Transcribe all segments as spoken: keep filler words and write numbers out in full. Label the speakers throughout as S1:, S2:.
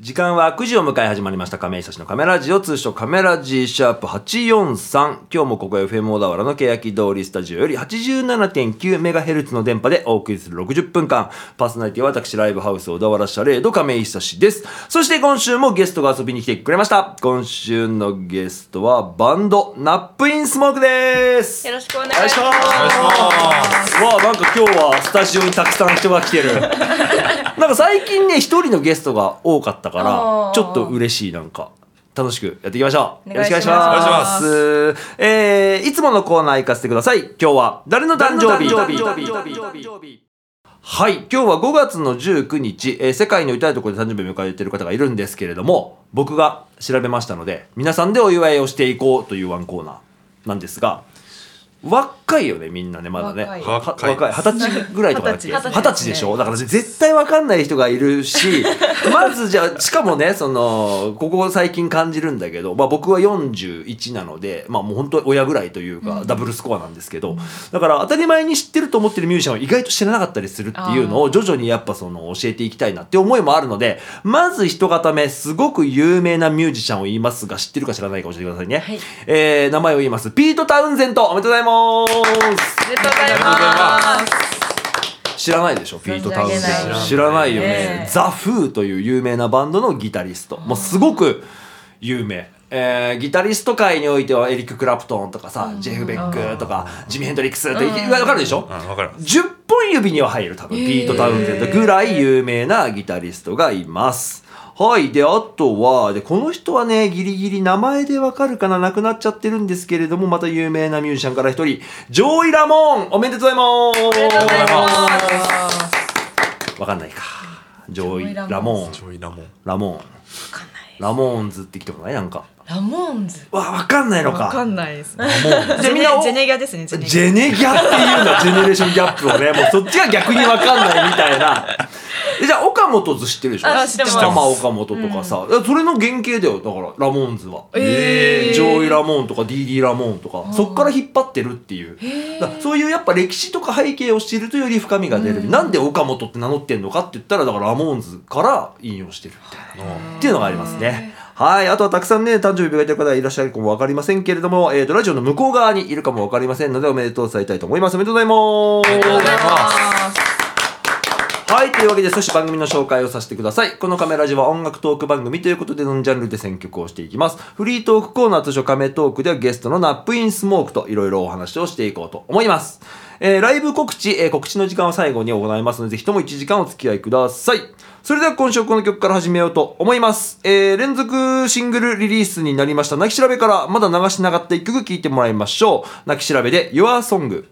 S1: 時間はくじを迎え始まりました亀井久志のカメラジオ、通称カメラジシャープはちよんさん。今日もここ エフエム 小田原の欅通りスタジオより はちじゅうななてんきゅうメガヘルツ の電波でお送りするろくじゅっぷんかん。パーソナリティは私ライブハウス小田原シャレード亀井久志です。そして今週もゲストが遊びに来てくれました。今週のゲストはバンドナップインスモークです。
S2: よろしくお願いします。
S1: わあ、なんか今日はスタジオにたくさん人が来てるなんか最近ね一人のゲストが多かったからちょっと嬉しい。なんか楽しくやっていきましょう。よろしくお願いします。えー、いつものコーナー行かせてください。今日は誰の誕生日。はい、今日はごがつのじゅうくにち、えー、世界の至るところで誕生日を迎えている方がいるんですけれども、僕が調べましたので皆さんでお祝いをしていこうというワンコーナーなんですが、若いよねみんなね、まだね、若い若い二十歳ぐらいとかだっけ、二十歳でしょ。だから絶対わかんない人がいるしまずじゃあしかもね、そのここ最近感じるんだけど、まあ、僕はよんじゅういちなので、まあもう本当親ぐらいというか、うん、ダブルスコアなんですけど、だから当たり前に知ってると思ってるミュージシャンは意外と知らなかったりするっていうのを徐々にやっぱその教えていきたいなって思いもあるので、まず一方目、すごく有名なミュージシャンを言いますが、知ってるか知らないか教えてくださいね、はい。えー、名前を言います。ピート・タウンゼント、おめでとうございます。
S2: おめでとうございます。
S1: 知らないでしょピート・タウンゼント。知らないよね。ザ・フーという有名なバンドのギタリスト、もうすごく有名。えー、ギタリスト界においてはエリック・クラプトンとかさ、ジェフ・ベックとかジミ・ヘンドリックスって分かるでしょ。
S3: 分かる。
S1: じゅっぽん指には入る多分ピート・タウンゼントぐらい有名なギタリストがいます。はい。で、あとは、で、この人はね、ギリギリ名前でわかるかな、亡くなっちゃってるんですけれども、また有名なミュージシャンから一人、ジョイ・ラモーン、おめでとうございます。おめでとうございます。わかんないか。ジョイ・ラモーン。
S3: ジョイ・ラモーン。
S1: ラモーン。わかんない。ラモーンズって聞いたことないなんか。
S2: ラモーンズ。
S1: わ、わかんないのか。
S2: わかんないですね。
S1: ラモーンズ。
S2: ジェネ、ジェネギャですね。
S1: ジェネギャっていうのはジェネレーションギャップをね、もうそっちが逆にわかんないみたいな。じゃあ岡本図知ってるでしょ。
S2: あ、知ってます。
S1: まあ岡本とかさ、うん、それの原型だよ。だからラモーンズは、
S2: えー、
S1: ジョイ・ラモーンとか ディーディー ラモーンとか、そっから引っ張ってるっていう。だそういうやっぱ歴史とか背景を知るとより深みが出る、うん、なんで岡本って名乗ってんのかって言ったら、だからラモーンズから引用してるみたいなっていうのがありますね。はい。あとはたくさんね、誕生日を迎えている方がいらっしゃるかもわかりませんけれども、えーと、ラジオの向こう側にいるかもわかりませんので、おめでとう伝えたいと思います。おめでとうございます。おめでとうございます。はい。というわけで、少し番組の紹介をさせてください。このカメラジは音楽トーク番組ということで、ノンジャンルで選曲をしていきます。フリートークコーナー、通称カメトークではゲストのナップインスモークといろいろお話をしていこうと思います。えー、ライブ告知、えー、告知の時間は最後に行いますので、ぜひともいちじかんお付き合いください。それでは今週この曲から始めようと思います。えー、連続シングルリリースになりました泣き調べからまだ流しなかったいっきょく聴いてもらいましょう。泣き調べで Your Song。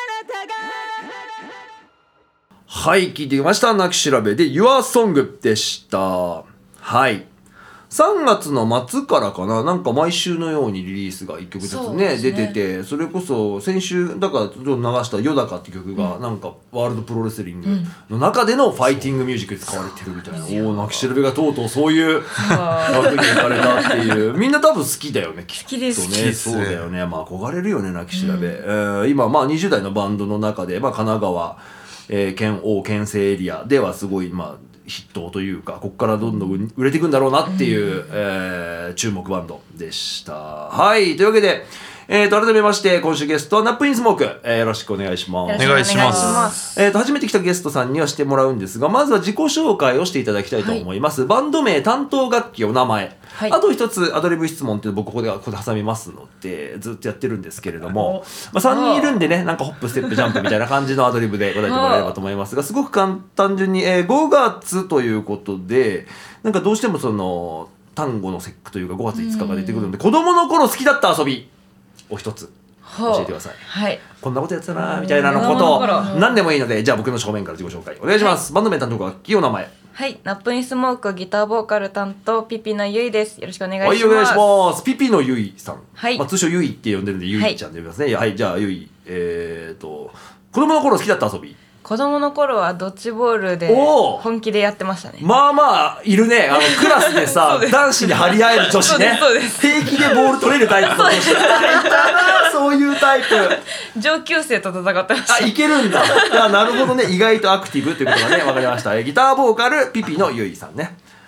S1: はい、聴いてきました。泣き調べで Your Song でした。はい。さんがつの末からかな、なんか毎週のようにリリースがいっきょくずつ ね, ね出てて、それこそ先週だからちょっと流したヨダカって曲がなんかワールドプロレスリングの中でのファイティングミュージックで使われてるみたいな、うん、おお、泣き調べがとうとうそういう枠に行かれたっていうみんな多分好きだよね、きっとね。
S2: 好きです。
S1: そうだよね。まあ憧れるよね、泣き調べ、うんえー、今まあにじゅう代のバンドの中で、まあ、神奈川、えー、県央県西エリアではすごいまあ筆頭というか、ここからどんどん売れていくんだろうなっていう、うんえー、注目バンドでした。はい。というわけで、えー、と改めまして今週ゲストはナップインスモーク、えー、よろしくお願いします。
S3: お願いします。
S1: えー、と初めて来たゲストさんにはしてもらうんですが、まずは自己紹介をしていただきたいと思います。はい、バンド名、担当楽器、お名前、はい、あと一つアドリブ質問って僕ここでここで挟みますのでずっとやってるんですけれども、まあ、さんにんいるんでね、なんかホップステップジャンプみたいな感じのアドリブで答えてもらえればと思いますが、すごく簡単純に、えー、ごがつということで、なんかどうしてもその単語の節句というかごがついつかが出てくるので、子供の頃好きだった遊びを一つ教えてください。
S2: はい。
S1: こんなことやってたなみたいなのことを何でもいいので、じゃあ僕の正面から自己紹介お願いします。はい、バンド名、担当楽器、お名前。
S2: はい、ナップインスモークギターボーカル担当ピピのゆいです。よろしくお願いします。
S1: はい、お願いします。ピピのゆいさん。
S2: はい。
S1: まあ、通称ゆいって呼んでるんでゆいちゃんで呼びますね。はい、はい、じゃあゆい、えーと子供の頃好きだった遊び。
S2: 子供の頃はドッジボールで本気でやってましたね。
S1: まあまあいるね。あのクラスでさ男子に張り合える女子ね。
S2: そうですそうです。
S1: 平気でボール取れるタイプの女子。いたな、そういうタイプ。
S2: 上級生と戦ってました。
S1: あ、いけるんだ。あ、なるほどね。意外とアクティブということがね分かりました。ギターボーカルピピのゆいさんね。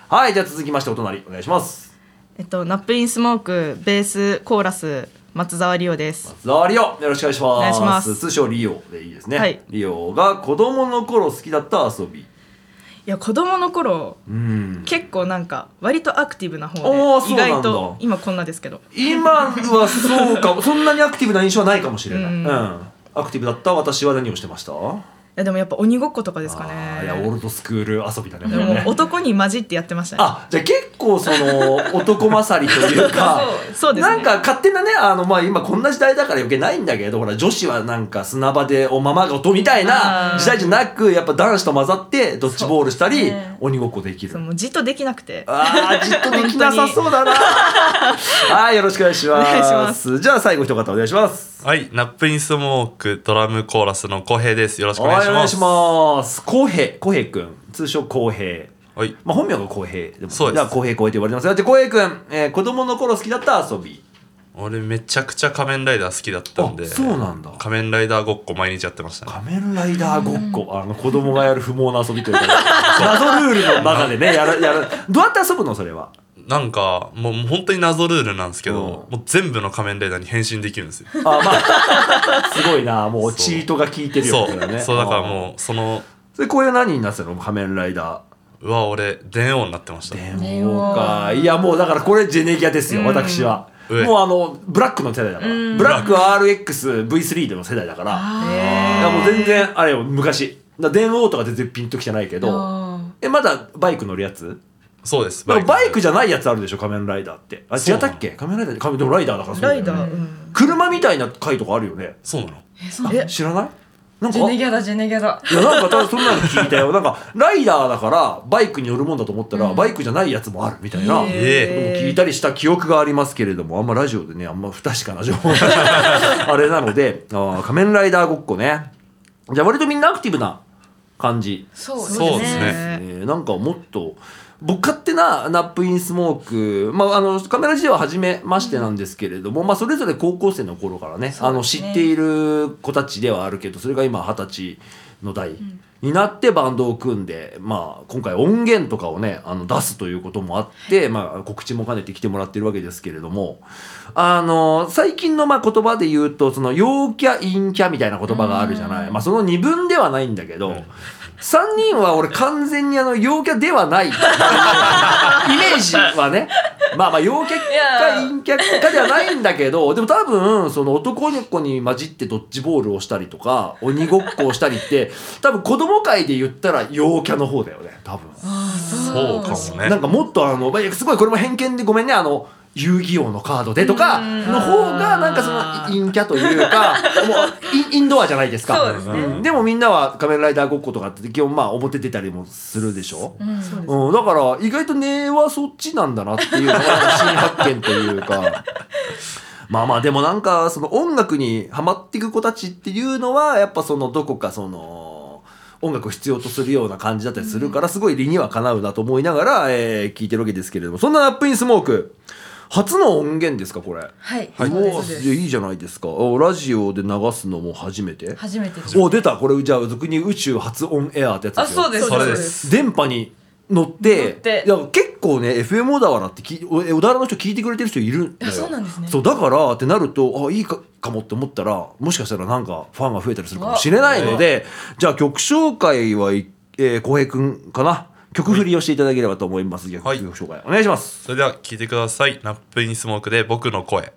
S1: はい、じゃあ続きましてお隣お願いします。
S3: えっとナップインスモークベースコーラス松沢リオです。
S1: 松沢リオ、よろしくお願いします。
S3: お願いします。
S1: 通称リオでいいですね。
S3: はい、
S1: リオが子供の頃好きだった遊び。
S3: いや子供の頃、うん、結構なんか割とアクティブな方で、意外と今こんなですけど、
S1: 今はそうかもそんなにアクティブな印象はないかもしれない、うんうん、アクティブだった私は何をしてました？
S3: いやでもやっぱ鬼ごっことかですかね。
S1: いやオールドスクール遊びだね。
S3: でも男に混じってやってましたね。
S1: あ、じゃあ結構その男勝りというか
S3: そうですね、
S1: なんか勝手なね、あのまあ今こんな時代だから余計ないんだけど、ほら女子はなんか砂場でおままごとみたいな時代じゃなく、やっぱ男子と混ざってドッジボールしたり、ね、鬼ごっこできる。
S3: そうもうじっとできなくて、
S1: あーじっとできなさそうだなはい、よろしくお願いします。お願いします。じゃあ最後一方お願いします。
S4: はい、ナップインスモークドラムコーラスの浩平です。よろしくお願いします。お願いし
S1: ます。浩平、浩平くん、通称浩平。はい。まあ本名が浩平でも、
S4: そうです。
S1: じゃあ浩平浩平って呼ばれてますが、じゃあ浩平くん、えー、子供の頃好きだった遊び。
S4: 俺めちゃくちゃ仮面ライダー好きだったんで。
S1: そうなんだ。
S4: 仮面ライダーごっこ毎日やってましたね。
S1: 仮面ライダーごっこ、あの子供がやる不毛な遊びというか、謎ルールの中でねやるやる。どうやって遊ぶのそれは？
S4: なんかもう本当に謎ルールなんですけど、もう全部の仮面ライダーに変身できるんですよ。
S1: あ、まあすごいな、もうチートが効いてるよ
S4: ね。そう、そうだからもうその
S1: それこういう何になってたの仮面ライダー。
S4: うわ、俺電王になってました。
S1: 電王か。いやもうだからこれジェネギアですよ、私は。もうあのブラックの世代だから、ブラック アールエックスブイスリー での世代だから、いやもう全然あれよ昔。だ電王とか全然ピンときてないけど、えまだバイク乗るやつ？
S4: そうです。
S1: バイク、バイクじゃないやつあるでしょ仮面ライダーって。あ、違ったっけ？仮面ライダー仮面でもライダーだからそうだよね。
S3: ライダー、うん、
S1: 車みたいな回とかあるよね。
S4: そうなの？
S3: え、そうなの？
S1: 知らない？
S2: なんかジェネギャだジェネギャだ。
S1: いやなんかただそんなの聞いたよ。なんかライダーだからバイクに乗るもんだと思ったら、うん、バイクじゃないやつもあるみたいな、えー、聞いたりした記憶がありますけれども、あんまラジオでねあんま不確かな情報あれなので、あ仮面ライダーごっこね。じゃあ割とみんなアクティブな感じ。
S2: そう
S4: ですね。
S1: えー、なんかもっと僕勝手なナップインスモーク、まあ、あのカメラ自体は初めましてなんですけれども、うん、まあ、それぞれ高校生の頃から ね, ねあの知っている子たちではあるけど、それが今はたちの代になってバンドを組んで、まあ、今回音源とかをねあの出すということもあって、まあ、告知も兼ねて来てもらってるわけですけれども、あの最近のまあ言葉で言うとその陽キャ陰キャみたいな言葉があるじゃない、まあ、その二分ではないんだけど、うんさんにんは俺完全にあの陽キャではないイメージはね、まあまあ陽キャか陰キャかではないんだけど、でも多分その男の子に混じってドッジボールをしたりとか鬼ごっこをしたりって多分子供界で言ったら陽キャの方だよね多分。
S4: そうかもね。
S1: なんかもっとあのすごいこれも偏見でごめんね、あの遊戯王のカードでとかの方がなんかその陰キャというかもうインドアじゃないですか。
S2: そうですね、
S1: うん、でもみんなは仮面ライダーごっことかって基本まあ表出たりもするでしょ、うんうん、だから意外と根はそっちなんだなっていうのが新発見というかまあまあでもなんかその音楽にハマっていく子たちっていうのはやっぱそのどこかその音楽を必要とするような感じだったりするから、すごい理にはかなうなと思いながら、えー、聞いてるわけですけれども、そんなナップインスモーク初の音源ですかこれ？
S2: はい、
S1: はい、もういいじゃないですか。ラジオで流すのも初めて？
S2: 初めてです。
S1: お出た、これじゃあ俗に宇宙初オンエアってやつですよ。
S2: あ、そうです
S4: それです。
S1: 電波に乗っていや結構ね エフエム 小田原ってき小田原の人聞いてくれてる人いるんだよ。
S2: そうなんですね。
S1: そうだからってなるとあいいかかもって思ったら、もしかしたらなんかファンが増えたりするかもしれないので、じゃあ曲紹介は浩、えー、平くんかな、曲振りをしていただければと思います。はい、曲紹介お願いします。
S4: それでは聴いてください。ナップインスモークで僕の声。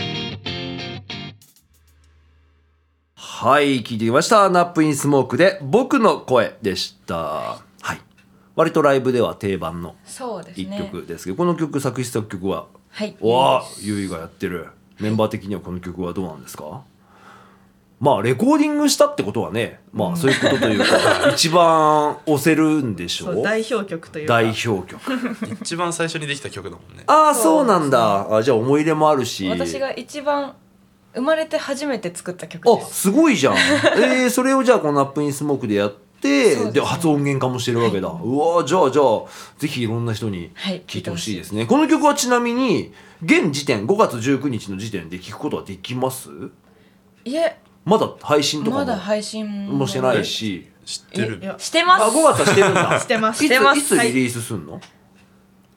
S1: はい、聞いてきました。ナップインスモークで僕の声でした。はい、割とライブでは定番の一曲ですけど、この曲作詞作曲は、
S2: はい、
S1: わあゆいがやってる。メンバー的にはこの曲はどうなんですか？まあレコーディングしたってことはね、まあそういうことというか一番押せるんでしょう。
S3: 代表曲というか
S1: 代表曲
S4: 一番最初にできた曲だもんね。
S1: ああそうなんだ。あじゃあ思い入れもあるし、
S2: 私が一番生まれて初めて作った曲です。
S1: あすごいじゃんえー、それをじゃあこのナップインスモークでやってで、ね、で初音源化もしてるわけだ、はい、うわじゃあじゃあぜひいろんな人に聴いてほしいですね、はい、この曲はちなみに現時点ごがつじゅうくにちの時点で聴くことはできます？
S2: いえ
S1: まだ配信とかも
S2: まだ配信
S1: もしてないし。
S4: 知ってる？
S2: してます。
S1: あごがつはしてるんだ
S3: してます
S1: いつ、いつリリースすんの？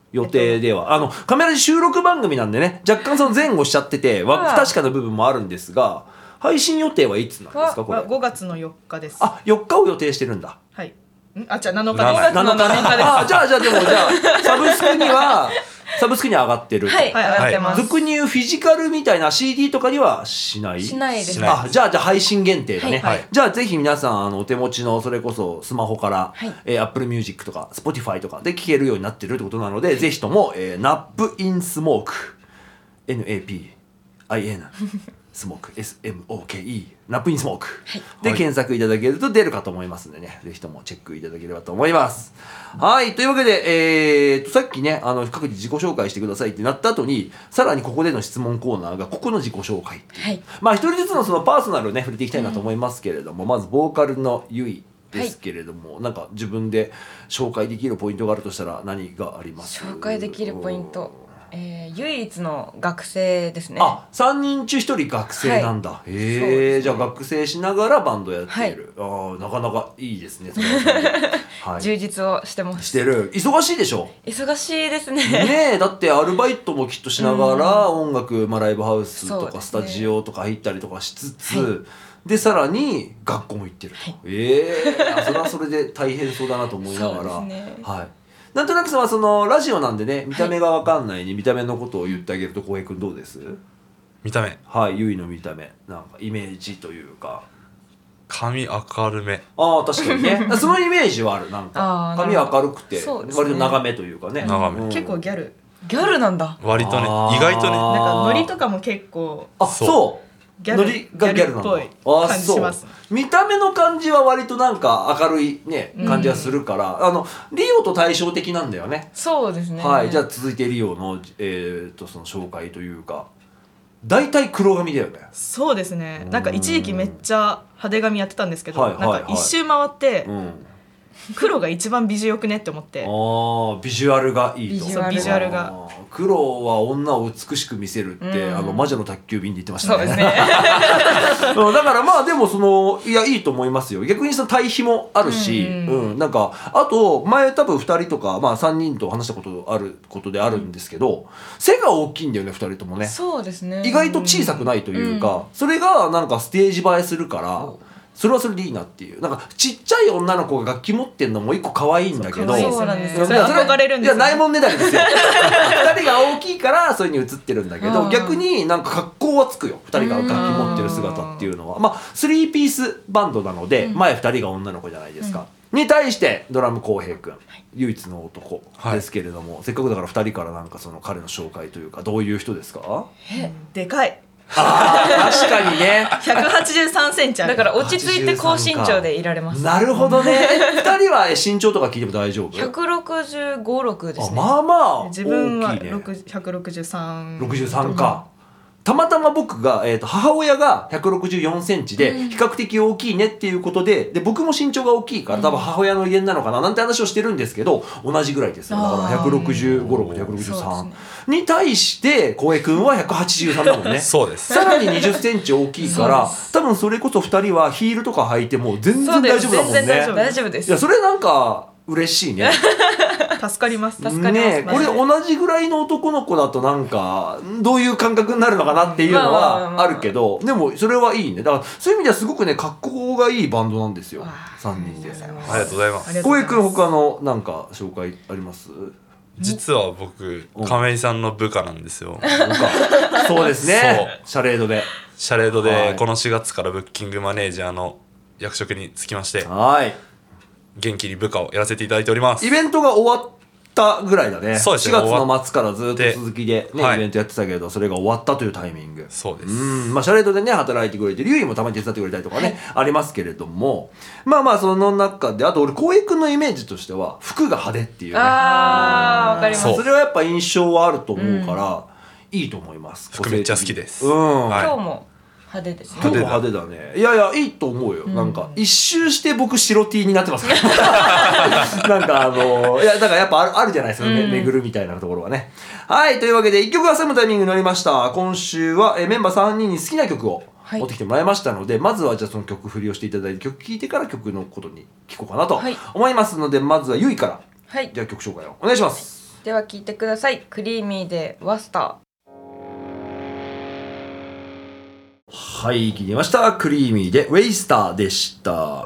S1: 予定では、あのカメラで収録番組なんでね、若干その前後しちゃっててわ不確かな部分もあるんですが、配信予定はいつなんですかこれ？
S3: ごがつのよっかです。
S1: あ、よっかを予定してるんだ。
S3: はい。んあ、じゃあなのかです。
S2: ごがつのなのかです。
S1: あ、じゃあじゃあでもじゃあサブスクにはサブスクには上がってると。
S2: はい、上がってます。
S1: 俗に言うフィジカルみたいな シーディー とかにはしない？
S2: しないですね。
S1: あ、じゃあじゃあ配信限定だね。
S2: はい
S1: はい、じゃあぜひ皆さんあのお手持ちのそれこそスマホから、
S2: はい、
S1: えー、Apple Music とか Spotify とかで聴けるようになってるってことなので、ぜひとも、えー、ナップインスモーク エヌエーピーアイエヌ スモーク エスエムオーケーイー ナップインスモーク、はい、で検索いただけると出るかと思いますんでね、ぜひともチェックいただければと思います。はい、というわけで、えー、とさっきねあの各自自己紹介してくださいってなった後に、さらにここでの質問コーナーがここの自己紹介っていう、はい、まあ一人ずつのそのパーソナルをね触れていきたいなと思いますけれども、うん、まずボーカルのゆいですけれども、はい、なんか自分で紹介できるポイントがあるとしたら何があります？
S2: 紹介できるポイント、えー、唯一の学生ですね。
S1: あ、さんにんちゅうひとり学生なんだ。はい、へえ、ね、じゃあ学生しながらバンドやっている。はい、あ、なかなかいいですね。それは
S2: はい、充実をしてます。
S1: してる。忙しいでしょ？
S2: 忙しいですね。
S1: ねえ、だってアルバイトもきっとしながら音楽、まあ、ライブハウスとかスタジオとか入ったりとかしつつ、はい、でさらに学校も行ってると。はい、ええー、それはそれで大変そうだなと思いながら。そうですね。はい。なんとなくさ、そのラジオなんでね、見た目が分かんないに見た目のことを言ってあげると、浩平君どうです？
S4: 見た目、
S1: はい、ゆいの見た目、なんかイメージというか、
S4: 髪明るめ。
S1: ああ、確かにねそのイメージはある。なんか髪明るくて、ね、割と長めというかね、
S4: 長め、
S3: うん、結構ギャル
S2: ギャルなんだ。
S4: 割とね、意外とね、
S3: なんかノリとかも結構、
S1: あ、そう
S3: ギャル、
S1: ノリがギャルなんだ。
S3: ギャルっぽい感じします。
S1: 見た目の感じは割となんか明るいね感じがするから、うん、あのリオと対照的なんだよね。
S2: そうですね。
S1: はい、じゃあ続いてリオの、えー、とその紹介というか、大体黒髪だよね。
S3: そうですね。なんか一時期めっちゃ派手髪やってたんですけど、
S1: はいはいはい、
S3: なんか一周回って、うん、黒が一番美女よくねって思って。
S1: ああ、ビジュアルがいいと。
S3: そう、ビジュアルが。
S1: 黒は女を美しく見せるって、うん、あの魔女の宅急便で言ってましたね。
S2: そうですね
S1: だからまあでもそのいやいいと思いますよ。逆にその対比もあるし、うん、うんうん、なんかあと前多分ふたりとか、まあ、さんにんと話したことあることであるんですけど、うん、背が大きいんだよね、ふたりともね。
S2: そうですね。
S1: 意外と小さくないというか、うん、それがなんかステージ映えするから。それはそれでいいなっていう。なんかちっちゃい女の子が楽器持ってんのも一個可愛いんだけど、
S3: そうなんですよ。それ憧れるんですよ。
S1: いや、ないもんねだりですよ。ふたりが大きいからそれに映ってるんだけど、逆になんか格好はつくよ、ふたりが楽器持ってる姿っていうのは。まあスリーピースバンドなので、うん、前ふたりが女の子じゃないですか、うん、に対してドラム浩平くん、はい、唯一の男ですけれども、はい、せっかくだからふたりからなんかその彼の紹介というか、どういう人ですか？
S3: え、でかい。
S1: ああ、確かにね。
S3: ひゃくはちじゅうさんセンチある。
S2: だから落ち着いて高身長でいられます。
S1: なるほどね。ふたりは身長とか聞いても大丈夫？
S2: ひゃくろくじゅうご、ろくですね。
S1: あ、まあまあ
S3: 自分はひゃくろくじゅうさん。
S1: ろくじゅうさんか。たまたま僕が、えーと、母親がひゃくろくじゅうよんセンチで比較的大きいねっていうことで、で僕も身長が大きいから多分母親の遺伝なのかななんて話をしてるんですけど、同じぐらいですよ。だからひゃくろくじゅうご、ろく、ひゃくろくじゅうさん、ね、に対して浩平君はひゃくはちじゅうさんだもんね。
S4: そうです。
S1: さらににじゅっセンチ大きいから多分それこそふたりはヒールとか履いても全然大丈夫だもんね。
S2: 全然大丈夫です。
S1: いや、それなんか嬉しいね。
S3: 助かります。助かります
S1: ね。これ同じぐらいの男の子だとなんかどういう感覚になるのかなっていうのはあるけど、でもそれはいいね。だからそういう意味ではすごくね、格好がいいバンドなんですよ、さんにんで。あり
S4: がとうございます。
S1: 浩平君他のなんか紹介あります？
S4: 実は僕、亀井さんの部下なんですよ。
S1: そうですね。シャレードで
S4: シャレードでこのしがつからブッキングマネージャーの役職に就きまして、
S1: はい、
S4: 元気に部下をやらせていただいております。
S1: イベントが終わったぐらいだね。
S4: そうですね。
S1: しがつの末からずっと続きで、ね、
S4: はい、
S1: イベントやってたけど、それが終わったというタイミング。
S4: そうです。
S1: うん、まあシャレードでね働いてくれてる、ゆいもたまに手伝ってくれたりとかね、はい、ありますけれども、まあまあその中で、あと俺浩平君のイメージとしては服が派手っていうね。
S2: ああ、わかります。
S1: それはやっぱ印象はあると思うから、うん、いいと思います。
S4: 服めっちゃ好きです。
S1: うん、
S2: はい、今日も派手ですね。
S1: 今日も派手だね。いやいや、いいと思うよ、うん、なんか一周して僕白 T になってますからなんかあのいやだからやっぱある、あるじゃないですかね、うん、巡るみたいなところはね。はい、というわけでいっきょく挟むタイミングになりました。今週はえメンバーさんにんに好きな曲を持ってきてもらいましたので、はい、まずはじゃあその曲振りをしていただいて、曲聴いてから曲のことに聞こうかなと思いますので、はい、まずはゆいから、はい、じゃあ曲紹介をお願いします。
S2: では聞いてください。クリーミーでワスター。
S1: はい聞いてました。クリーミーでウェイスターでした。はい、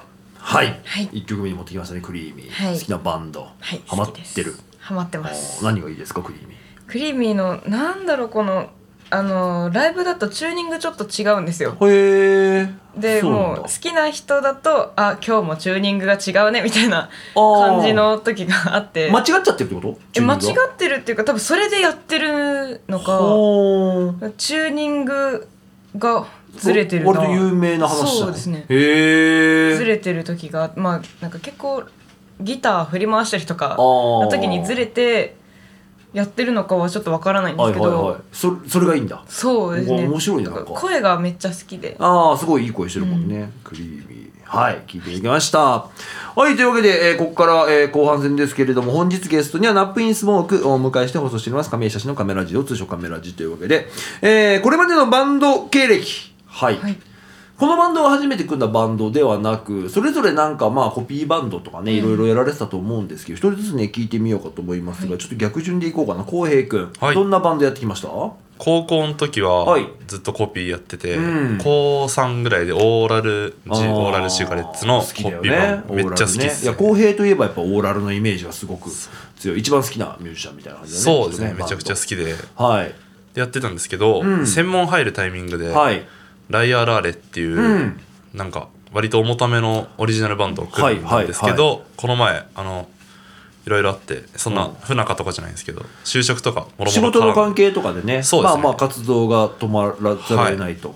S2: はい、
S1: いっきょくめに持ってきましたね。クリーミー、
S2: はい、
S1: 好きなバンド、
S2: はい、
S1: ハマってる。
S2: ハマってます。
S1: 何がいいですかクリーミー。
S2: クリーミーのなんだろうこのあのライブだとチューニングちょっと違うんですよ。
S1: へー。
S2: でもう好きな人だとあ今日もチューニングが違うねみたいな感じの時があって
S1: 間違っちゃってるってこと？
S2: え間違ってるっていうか多分それでやってるのかチューニングがずれてるな。
S1: 割と有名な話だね。
S2: そうですね。
S1: へー。
S2: ずれてる時がまあなんか結構ギター振り回したりとかの時にずれてやってるのかはちょっとわからないんですけど、はいはいはい、
S1: そ, それがいいんだ。
S2: そうですね。
S1: 面白いな。なんか
S2: 声がめっちゃ好きで。
S1: ああすごいいい声してるもんね、うん、クリーミー。はい聞いていきました。はいというわけで、えー、ここから、えー、後半戦ですけれども、本日ゲストにはナップインスモークをお迎えして放送しております亀井写真のカメラジオ、通称カメラジというわけで、えー、これまでのバンド経歴、はい、はい、このバンドは初めて組んだバンドではなく、それぞれなんかまあコピーバンドとかね、いろいろやられてたと思うんですけど、一人ずつね聞いてみようかと思いますが、はい、ちょっと逆順でいこうかな。こうへいくん、はい、どんなバンドやってきました？
S4: 高校の時はずっとコピーやってて、はい、こうさんぐらいでオーラルジオーラルシガレッツのコピーバンド、ね、めっちゃ好きです、
S1: ね、いや公平といえばやっぱオーラルのイメージがすごく強い。一番好きなミュージシャンみたいな感じだね。
S4: そうですね、めちゃくちゃ好きで、はい、でやってたんですけど、うん、専門入るタイミングで、はい、ライアーラーレっていう、うん、なんか割と重ためのオリジナルバンドを組んだんですけど、はいはいはい、この前あのいろいろあって、そんな不仲とかじゃないんですけど、就職とかもろもろ
S1: 仕事の関係とかでね、
S4: そうですね、
S1: まあまあ活動が止まらざるを得ないと、はい、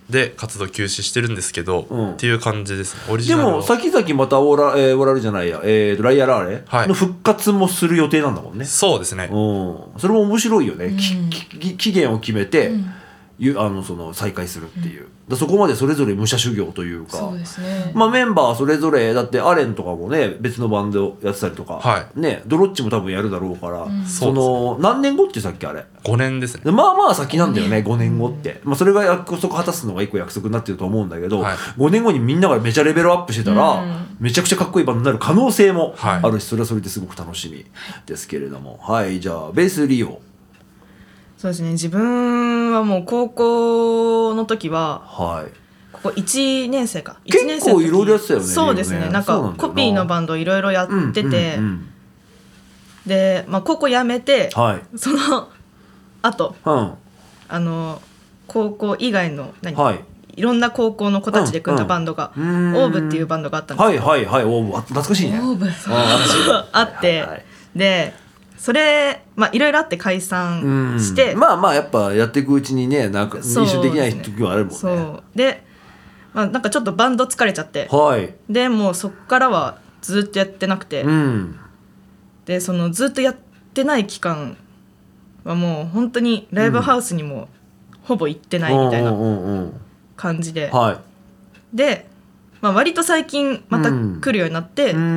S4: で活動休止してるんですけど、うん、っていう感じですね。オリジ
S1: で
S4: ナル
S1: も先々またオーラ、えー、オーラルじゃないや、えー、ライアーラーレの復活もする予定なんだもんね。
S4: そうですね、
S1: うん、それも面白いよね、うん、き期限を決めて、うんあのその再開するっていう、うん、だそこまでそれぞれ武者修行というか、
S2: そうですね、
S1: まあ、メンバーそれぞれだってアレンとかもね別のバンドやってたりとか、はい、ねドロッチも多分やるだろうから、うん、その何年後ってさっきあれ
S4: ごねんですね。
S1: まあまあ先なんだよね、ごねんごって、まあ、それが約束果たすのが一個約束になってると思うんだけど、はい、ごねんごにみんながめちゃレベルアップしてたら、うん、めちゃくちゃかっこいいバンドになる可能性もあるし、はい、それはそれですごく楽しみですけれども、はいじゃあベースリオ。
S3: そうですね、自分はもう高校の時は、はい、ここいちねん生かいちねん生の時
S1: 結構いろいろやってたよね。
S3: そうですね、なんかコピーのバンドいろいろやってて、うんうんうん、で、まあ、高校辞めて、はい、その後、うん、あの高校以外の何、はい、いろんな高校の子たちで組んだバンドが、うんうん、オーブっていうバンドがあったんですよ。
S1: はいはいはい、オーブ懐かしいね。
S2: オーブ
S3: あって、はいはい、でそれまあいろいろあって解散して、
S1: まあまあやっぱやっていくうちにねなんか一緒できない時はあるもんね。
S3: そうで、まあ、なんかちょっとバンド疲れちゃって、はい、でもうそっからはずっとやってなくて、うん、でそのずっとやってない期間はもう本当にライブハウスにもほぼ行ってないみたいな感じで、はい、で、まあ、割と最近また来るようになって、うん、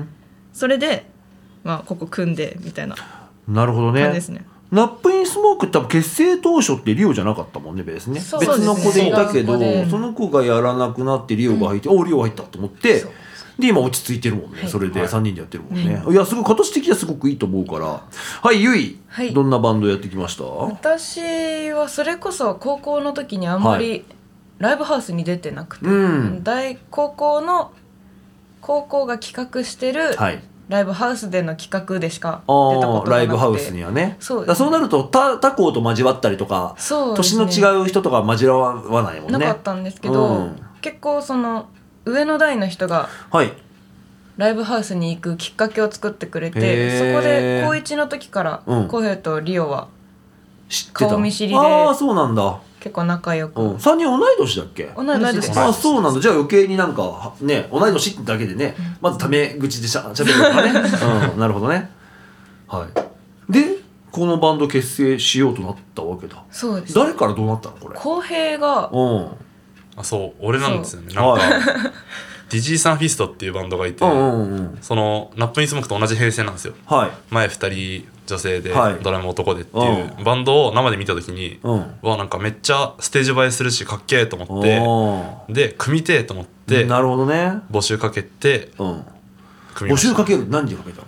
S3: それでまあ、ここ組んでみたいな感じですね。
S1: ナップインスモークって多分結成当初ってリオじゃなかったもんねベースね。別の子でいたけど そ, その子がやらなくなってリオが入って、うん、おリオ入ったと思ってで今落ち着いてるもんね、はい、それでさんにんでやってるもんね、はい、いやすごい形的にはすごくいいと思うからはいゆい、はい、どんなバンドやってきました？
S2: 私はそれこそ高校の時にあんまりライブハウスに出てなくて、はい、大高校の高校が企画してる、はいライブハウスでの企画でしか出たことがなくて、
S1: ライブハウスにはね。そうですね。だそうなると他他校と交わったりとか、そうですね、年の違う人とか交わないもんね。
S2: なかったんですけど、うん、結構その上の代の人が、はい、ライブハウスに行くきっかけを作ってくれて、そこで高いちの時からコヘイとリオは顔見知りで、
S1: ああそうなんだ。
S2: 結構仲良く、
S1: うん、さんにん同い年だっけ？
S2: 同い年です。
S1: あそうなんだ。じゃあ余計になんかね同い年だけでね、うん、まずタメ口でしゃべるとかね、うん、なるほどね。はいでこのバンド結成しようとなったわけだ。
S2: そうです。
S1: 誰からどうなったのこれ？
S2: 浩平が、
S4: うん、あそう俺なんですよね。なんかディジーサンフィストっていうバンドがいて、うんうんうん、そのナップインスモークと同じ編成なんですよ、はい、前ふたり女性で、はい、ドラム男でっていうバンドを生で見た時に、うん、わなんかめっちゃステージ映えするしかっけえと思ってで組みてえと思って
S1: なるほどね
S4: 募集かけて、うん、
S1: 組みました。募集かける何時かけたの？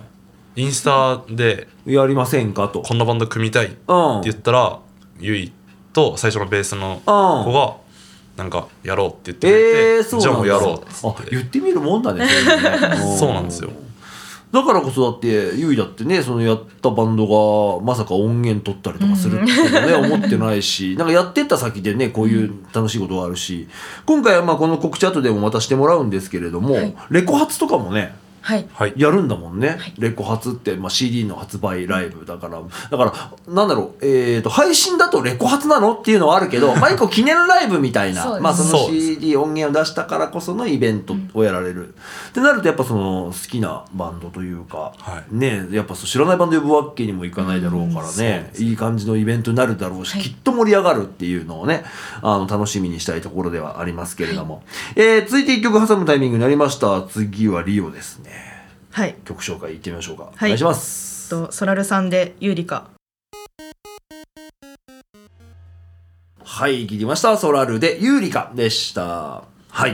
S4: インスタで
S1: やりませんかと
S4: こんなバンド組みたいって言ったら、ゆいと最初のベースの子がなんかやろうって言ってくれて、
S1: えー、そうなんだ。
S4: じゃあもうやろうって言って。
S1: あ、言ってみるもんだね。そういうのね
S4: そうなんですよ。
S1: だからこそだってゆいだってね、そのやったバンドがまさか音源取ったりとかするってね、思ってないし、なんかやってった先でねこういう楽しいことがあるし、今回はまあこの告知後でもまたしてもらうんですけれども、はい、レコ発とかもね、
S2: はい、
S1: やるんだもんね、はい、レコ発って、まあ、シーディー の発売ライブだからだからなんだろう、えーと配信だとレコ発なのっていうのはあるけどまあ一個記念ライブみたいなまあその シーディー 音源を出したからこそのイベントをやられる、うん、ってなるとやっぱその好きなバンドというか、はい、ねやっぱ知らないバンド呼ぶわけにもいかないだろうからね、うん、いい感じのイベントになるだろうし、はい、きっと盛り上がるっていうのをねあの楽しみにしたいところではありますけれども、はい、えー、続いていっきょく挟むタイミングになりました。次はリオですね。
S3: はい、
S1: 曲紹介いってみましょうか、はい、お願いします。
S3: とソラルさんでユーリカ。
S1: はい聞きました。ソラルでユーリカでした。はい、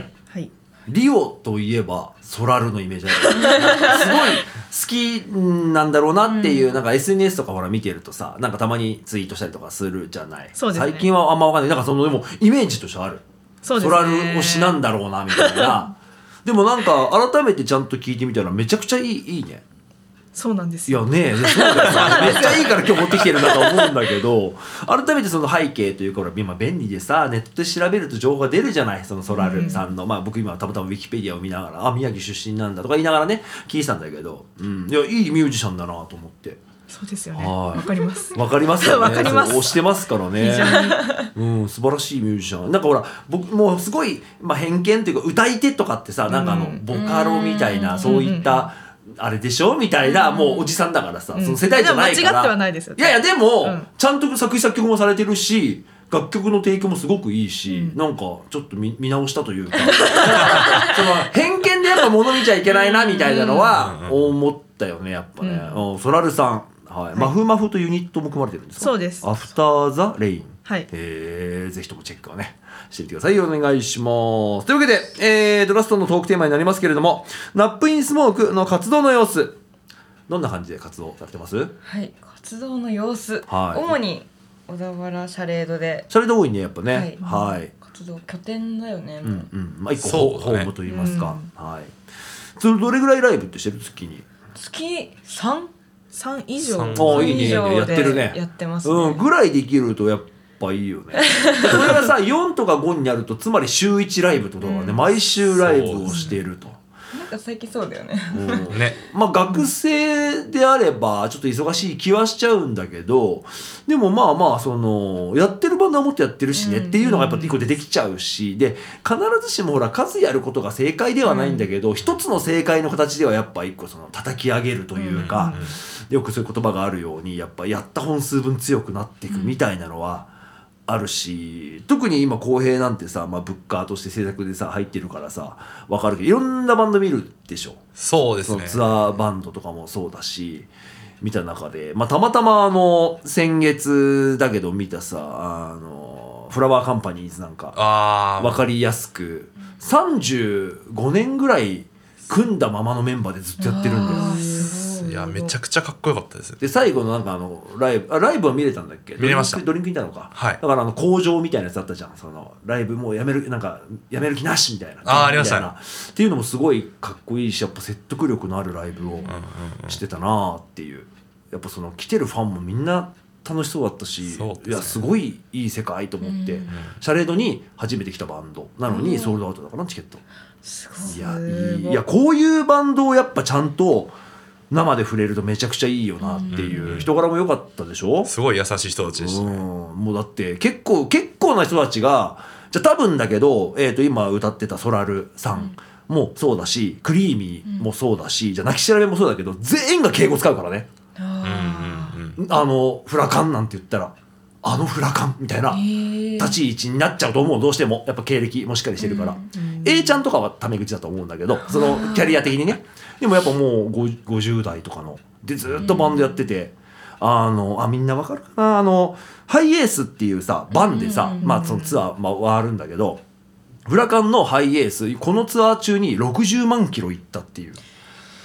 S1: はい、リオといえばソラルのイメージあるすごい好きなんだろうなっていう、うん、なんか エスエヌエス とかほら見てるとさなんかたまにツイートしたりとかするじゃない。
S3: そうですね、
S1: 最近はあんま分かんない。なんかそのでもイメージとしてある。
S3: そうですね、
S1: ソラル推しなんだろうなみたいなでもなんか改めてちゃんと聞いてみたらめちゃくちゃいい、いいね。
S3: そうなんですよ。
S1: いやねえ、そうだよさめっちゃいいから今日持ってきてるなと思うんだけど改めてその背景というか今便利でさネットで調べると情報が出るじゃない。そのソラルさんの、うん、まあ僕今たまたまウィキペディアを見ながらあ宮城出身なんだとか言いながらね聞いてたんだけど、うん、いやいいミュージシャンだなと思って。
S3: そうですよね。わかります。
S1: わかりますよね。
S3: わかります。
S1: 推してますからね。うん、素晴らしいミュージシャン。なんかほら僕もうすごい、まあ、偏見というか歌い手とかってさなんかあのボカロみたいなそういったあれでしょみたいなもうおじさんだからさ、その世代じゃないから。
S3: 間違ってはないですよ。
S1: いやいやでも、うん、ちゃんと作詞作曲もされてるし。楽曲の提供もすごくいいし、うん、なんかちょっと 見, 見直したというかその偏見でやっぱ物見ちゃいけないなみたいなのは思ったよねやっぱね、うん、ソラルさん、はいはい、マフマフとユニットも組まれてるんですか。
S3: そうです。
S1: アフターザレイン、
S3: はい、
S1: えー、ぜひともチェックをねしてみてください。お願いします。というわけで、えー、ドラストのトークテーマになりますけれどもナップインスモークの活動の様子どんな感じで活動されてます。
S2: はい、活動の様子、はい、主に小田原シャレードで
S1: シャレード多いねやっぱね、はいはい、
S2: 活動拠点だよね。
S1: うんうん、まあ一個ホームと言いますか、うん、はい。それどれぐらいライブってしてる月に
S2: 月 さん?さん 以上
S1: あいいねやってるね
S2: やってますね、
S1: うん、ぐらいできるとやっぱいいよねそれがさよんとかごになるとつまり週いちライブってことだからね、うん、毎週ライブをしていると。
S2: なんか最近そうだよね、
S1: うん、ねまあ学生であればちょっと忙しい気はしちゃうんだけどでもまあまあそのやってるバンドはもっとやってるしねっていうのがやっぱ一個出てきちゃうしで必ずしもほら数やることが正解ではないんだけど一つの正解の形ではやっぱ一個その叩き上げるというかよくそういう言葉があるようにやっぱやった本数分強くなっていくみたいなのはあるし特に今浩平なんてさ、まあ、ブッカーとして制作でさ入ってるからさ分かるけどいろんなバンド見るでしょ。
S4: そうですね。
S1: そのツアーバンドとかもそうだし見た中で、まあ、たまたまあの先月だけど見たさあのフラワーカンパニーズなんか分かりやすくさんじゅうごねんぐらい組んだままのメンバーでずっとやってるんだよ。
S4: いやめちゃくちゃかっこよかったです。
S1: で最後のなんかあのライブあライブは見れたんだっけ。
S4: 見れました。
S1: ドリンクいたのか、
S4: はい、
S1: だからあの工場みたいなやつあったじゃん。そのライブもうやめるなんかやめる気なしみたいな
S4: あありましたね
S1: っていうのもすごいかっこいいしやっぱ説得力のあるライブをしてたなっていう、やっぱその来てるファンもみんな楽しそうだったし、ね、いやすごいいい世界と思って、うん、シャレードに初めて来たバンドなのにソールドアウトだからチケット
S2: すごい。
S1: いやいいいやこういうバンドをやっぱちゃんと生で触れるとめちゃくちゃいいよなっていう、うん、人柄も良かったでしょ。
S4: すごい優しい人たちでしたね、うん、
S1: もうだって結構結構な人たちがじゃあ多分だけど、えー、と今歌ってたソラルさんもそうだし、クリーミーもそうだし、うん、じゃあ泣き調べもそうだけど全員が敬語使うからね。あ、うんうん、あのフラカンなんて言ったらあのフラカンみたいな立ち位置になっちゃうと思う。どうしてもやっぱ経歴もしっかりしてるから、うんうん、A ちゃんとかはタメ口だと思うんだけどそのキャリア的にね。でもやっぱもうごじゅう代とかのでずっとバンドやってて、うん、あのあみんなわかるかなあのハイエースっていうさバンでさ、うん、まあそのツアー回るんだけどフラカンのハイエースこのツアー中にろくじゅうまんキロ行ったっていう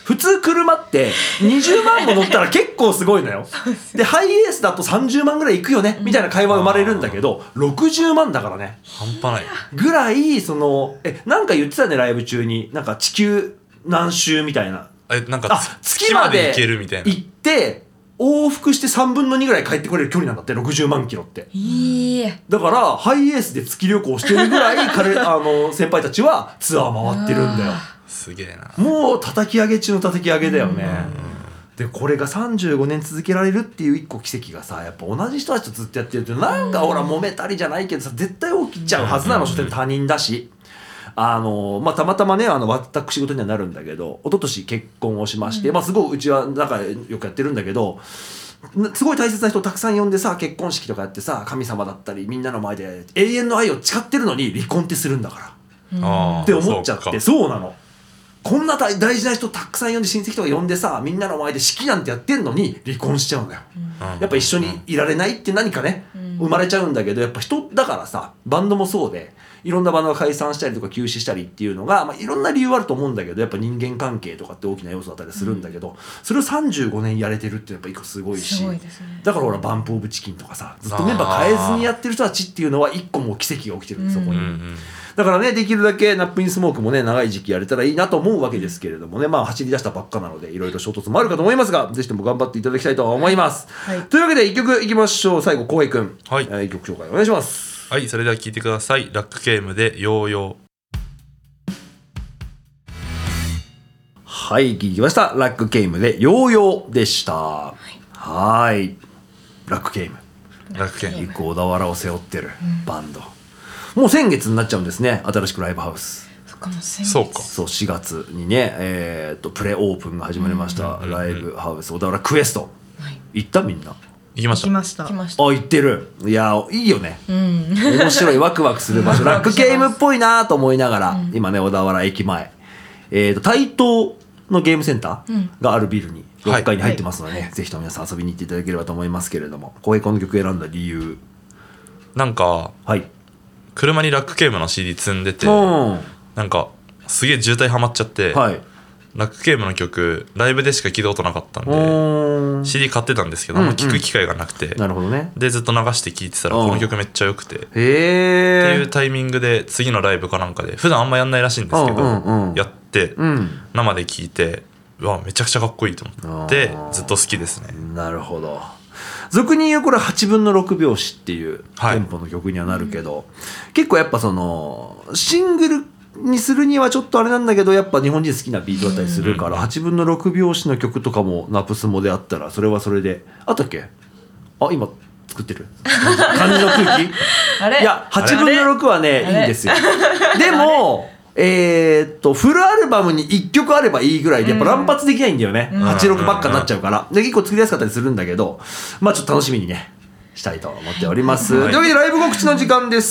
S1: 普通車ってにじゅうまんも乗ったら結構すごいのよ。でハイエースだとさんじゅうまんぐらいいくよねみたいな会話生まれるんだけど、ろくじゅうまんだからね。
S4: 半端ない。
S1: ぐらいそのえなんか言ってたねライブ中に、なんか地球何周みたいな。
S4: えなんか
S1: 月まで
S4: 行けるみたいな。
S1: 行って往復してさんぶんのにぐらい帰ってこれる距離なんだって、ろくじゅうまんキロって。
S2: いい
S1: だからハイエースで月旅行してるぐらい彼あの先輩たちはツアー回ってるんだよ。
S4: すげえな。
S1: もう叩き上げ中の叩き上げだよね。でこれがさんじゅうごねん続けられるっていう一個奇跡がさ、やっぱ同じ人たちとずっとやってるとなんかほら揉めたりじゃないけどさ、絶対起きちゃうはずなの。そして他人だし、あのまあ、たまたまねあの私事にはなるんだけど、一昨年結婚をしまして、まあ、すごいうちは仲良くやってるんだけど、すごい大切な人をたくさん呼んでさ、結婚式とかやってさ、神様だったりみんなの前で永遠の愛を誓ってるのに離婚ってするんだから、うん、って思っちゃって。そうなの。こんな大事な人たくさん呼んで、親戚とか呼んでさ、みんなの前で式なんてやってんのに離婚しちゃうんだよ、うん、やっぱ一緒にいられないって何かね、うん、生まれちゃうんだけど、やっぱ人だからさ、バンドもそうでいろんなバンドが解散したりとか休止したりっていうのが、まあ、いろんな理由あると思うんだけど、やっぱ人間関係とかって大きな要素だったりするんだけど、うん、それをさんじゅうごねんやれてるってやっぱ一個すごいし、
S2: すごいですね。
S1: だからほらバンプオブチキンとかさ、ずっとメンバー変えずにやってる人たちっていうのは一個もう奇跡が起きてるんです、そこに、うんうん、だからね、できるだけナップインスモークもね長い時期やれたらいいなと思うわけですけれどもね、まあ走り出したばっかなのでいろいろ衝突もあるかと思いますが、ぜひとも頑張っていただきたいと思います、はい、というわけでいっきょくいきましょう。最後浩平くん、はい、えー、いっきょく紹介お願いします。
S4: はい、それでは聴いてください。ラックゲームでヨーヨー。
S1: はい、聞きました。ラックゲームでヨーヨーでした。はい、はい、ラックゲーム。
S4: ラックゲーム。
S1: 一個小田原を背負ってるバンド。うん、もう先月になっちゃうんですね。新しくライブハウス。
S4: そうか。
S1: そうしがつにね、えー、とプレオープンが始まりました、うん、ライブハウス小田原クエスト。はい、行ったみんな。
S4: 行きました。
S3: 行きました。
S1: あ、行ってる。いやいいよね、うん、面白いワクワクする場所ラックゲームっぽいなと思いながら、うん、今ね小田原駅前、えー、と台東のゲームセンターがあるビルにろっかいに入ってますので、ね、はいはい、ぜひとも皆さん遊びに行っていただければと思いますけれども、浩平この曲選んだ理由。
S4: なんか、はい、車にラックゲームの シーディー 積んでて、うん、なんかすげえ渋滞ハマっちゃって、はい、ラックゲームの曲ライブでしか聴いたことなかったんで シーディー 買ってたんですけど、うんうん、聴く機会がなくて、
S1: なるほどね、
S4: でずっと流して聴いてたらこの曲めっちゃ良くて、へーっていうタイミングで次のライブかなんかで普段あんまやんないらしいんですけど、うんうんうん、やって、うん、生で聴いてうわめちゃくちゃかっこいいと思ってずっと好きですね。
S1: なるほど。俗に言うこれはちぶんのろく拍子っていうテンポの曲にはなるけど、はい、結構やっぱそのシングルにするにはちょっとあれなんだけど、やっぱ日本人好きなビートだったりするから、はちぶんのろく拍子の曲とかもナプスモであったらそれはそれであったっけ。あ、今作ってる感じの空気あれいやはちぶんのろくはねいいんですよ。でもえー、っとフルアルバムにいっきょくあればいいぐらいでやっぱ乱発できないんだよね、うん、はちじゅうろくばっかになっちゃうからで結構作りやすかったりするんだけど、まあちょっと楽しみにねしたいと思っております、はい、というわけでライブ告知の時間です。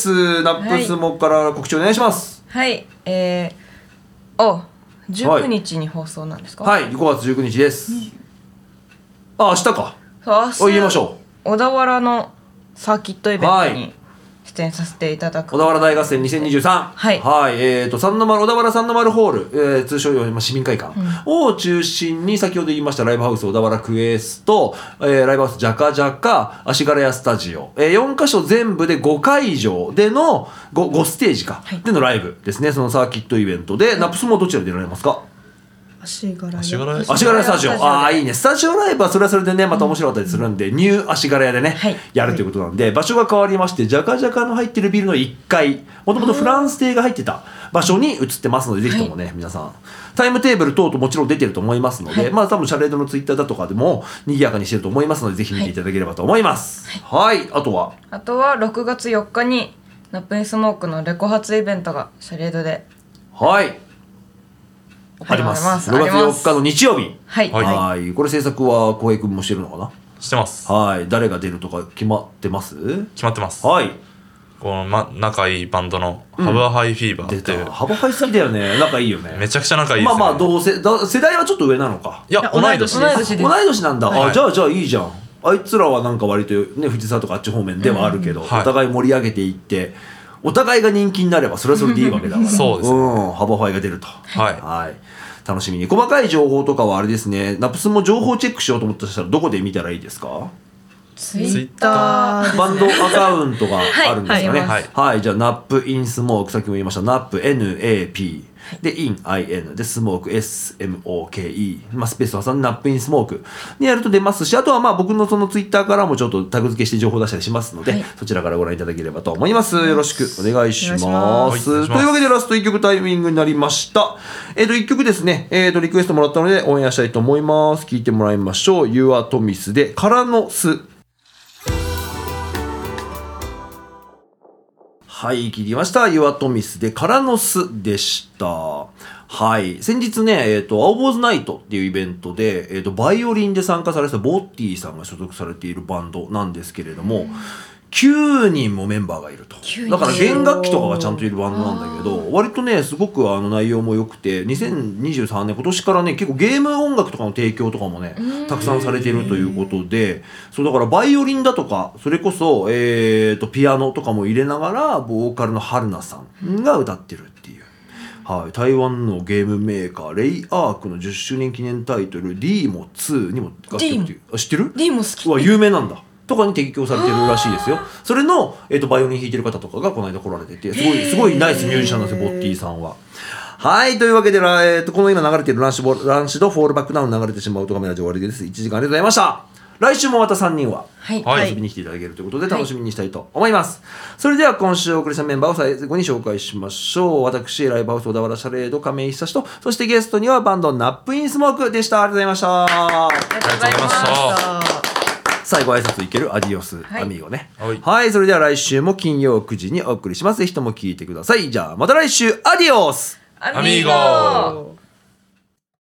S1: ナップスモから告知お願いします。
S2: はい、えー、おじゅうくにちに放送なんですか。
S1: はい、はい、ごがつじゅうくにちです、うん、あ、明日か。
S2: そう、
S1: 言いましょ
S2: う小田原のサーキットイベントに出演させていただく
S1: 小田原大合戦にせんにじゅうさん、はい、はい、えーと三の丸小田原三の丸ホール、えー、通称市民会館を中心に先ほど言いましたライブハウス小田原クエスト、えー、ライブハウスジャカジャカ足柄屋スタジオ、えー、よんかしょ全部でごかいじょうでの 5, ごステージか、はい、でのライブですね。そのサーキットイベントで、はい、ナップスもどちらで出られますか。
S3: 足柄屋
S4: 足柄屋
S1: スタジオ。ああいいね。スタジオライブはそれはそれでねまた面白かったりするんで、うん、ニュー足柄屋でね、はい、やるということなんで、場所が変わりましてジャカジャカの入ってるビルのいっかい、もともとフランス亭が入ってた場所に移ってますので、ぜひともね、はい、皆さんタイムテーブル等々もちろん出てると思いますので、はい、まあ多分シャレードのツイッターだとかでも賑やかにしてると思いますので、ぜひ見ていただければと思います。はい、はい、あとは
S2: あとはろくがつよっかにナップインスモークのレコ発イベントがシャレードで
S1: はいあります。ろくがつよっかの日曜日。
S2: はい。
S1: はい。これ制作は浩平君もしてるのかな。
S4: してます。
S1: はい。誰が出るとか決まってます？
S4: 決まってます。
S1: はい。
S4: このま仲いいバンドのハブハイフィーバーっていう、うん、
S1: ハブハイ好きだよね。仲いいよね。
S4: めちゃくちゃ仲いいですね。
S1: まあまあ同世だ世代はちょっと上なのか。
S4: いや同い年です。
S2: 同い年です。
S1: 同い年なんだ。はい、あじゃあじゃあいいじゃん。あいつらはなんか割とね藤沢とかあっち方面ではあるけど、うんはい、お互い盛り上げていって。お互いが人気になればそれはそれでいいわけだから
S4: そうですね、
S1: うん、ハバファイが出ると、
S4: はい、
S1: はい、 楽しみに。細かい情報とかはあれですね、ナプスも情報チェックしようと思ったらどこで見たらいいですか？
S2: ツイッター、
S1: バンドアカウントがあるんですかね。
S2: はい、
S1: はい、はい、じゃあナップインスモーク、さっきも言いましたナップ エヌエーピー でイン アイエヌ でスモーク エスエムオーケーイー、まあ、スペースを挟んでナップインスモークにやると出ますし、あとはまあ僕のそのツイッターからもちょっとタグ付けして情報出したりしますので、はい、そちらからご覧いただければと思います。よろしくお願いします。ますというわけでラストいっきょくタイミングになりました。えっ、ー、といっきょくですね、えっ、ー、とリクエストもらったのでオンエアしたいと思います。聞いてもらいましょう。 You are Tomis でからの巣。はい、聞きました。ユアトミスでからの巣でした。はい。先日ね、えっ、ー、と、青坊主ナイトっていうイベントで、えっ、ー、と、バイオリンで参加されてたボッティさんが所属されているバンドなんですけれども、きゅうにんもメンバーがいると。だから弦楽器とかがちゃんといるバンドなんだけど、割とねすごくあの内容も良くて、にせんにじゅうさんねん今年からね結構ゲーム音楽とかの提供とかもねたくさんされているということで、そうだからバイオリンだとかそれこそ、えー、とピアノとかも入れながらボーカルの春菜さんが歌ってるっていう。はい、台湾のゲームメーカーレイアークのじゅっしゅうねん記念タイトル ディーモツー にも楽曲っていう、あ、知ってる？
S2: ディーモ好き。
S1: うわ有名なんだとかに提供されてるらしいですよ。それの、えー、とバイオリン弾いてる方とかがこの間来られてて、すごいすごいナイスミュージシャンなんですよボッティさんは。はい、というわけで、えー、とこの今流れているランシュランシュドフォールバックダウン流れてしまうとカメラ上終わりです。いちじかんありがとうございました。来週もまたさんにんは、はい、遊びに来ていただけるということで楽しみにしたいと思います、はい、それでは今週お送りしたメンバーを最後に紹介しましょう。私ライブハウス小田原シャレード亀井久志と、そしてゲストにはバンドナップインスモークでした。ありがとうございました。
S2: ありがとうございました。
S1: 最後挨拶いける？アディオス、はい、アミーゴね、
S4: はい、
S1: はい、それでは来週も金曜くじにお送りします。ぜひとも聞いてください。じゃあまた来週、アディオス
S4: アミーゴ。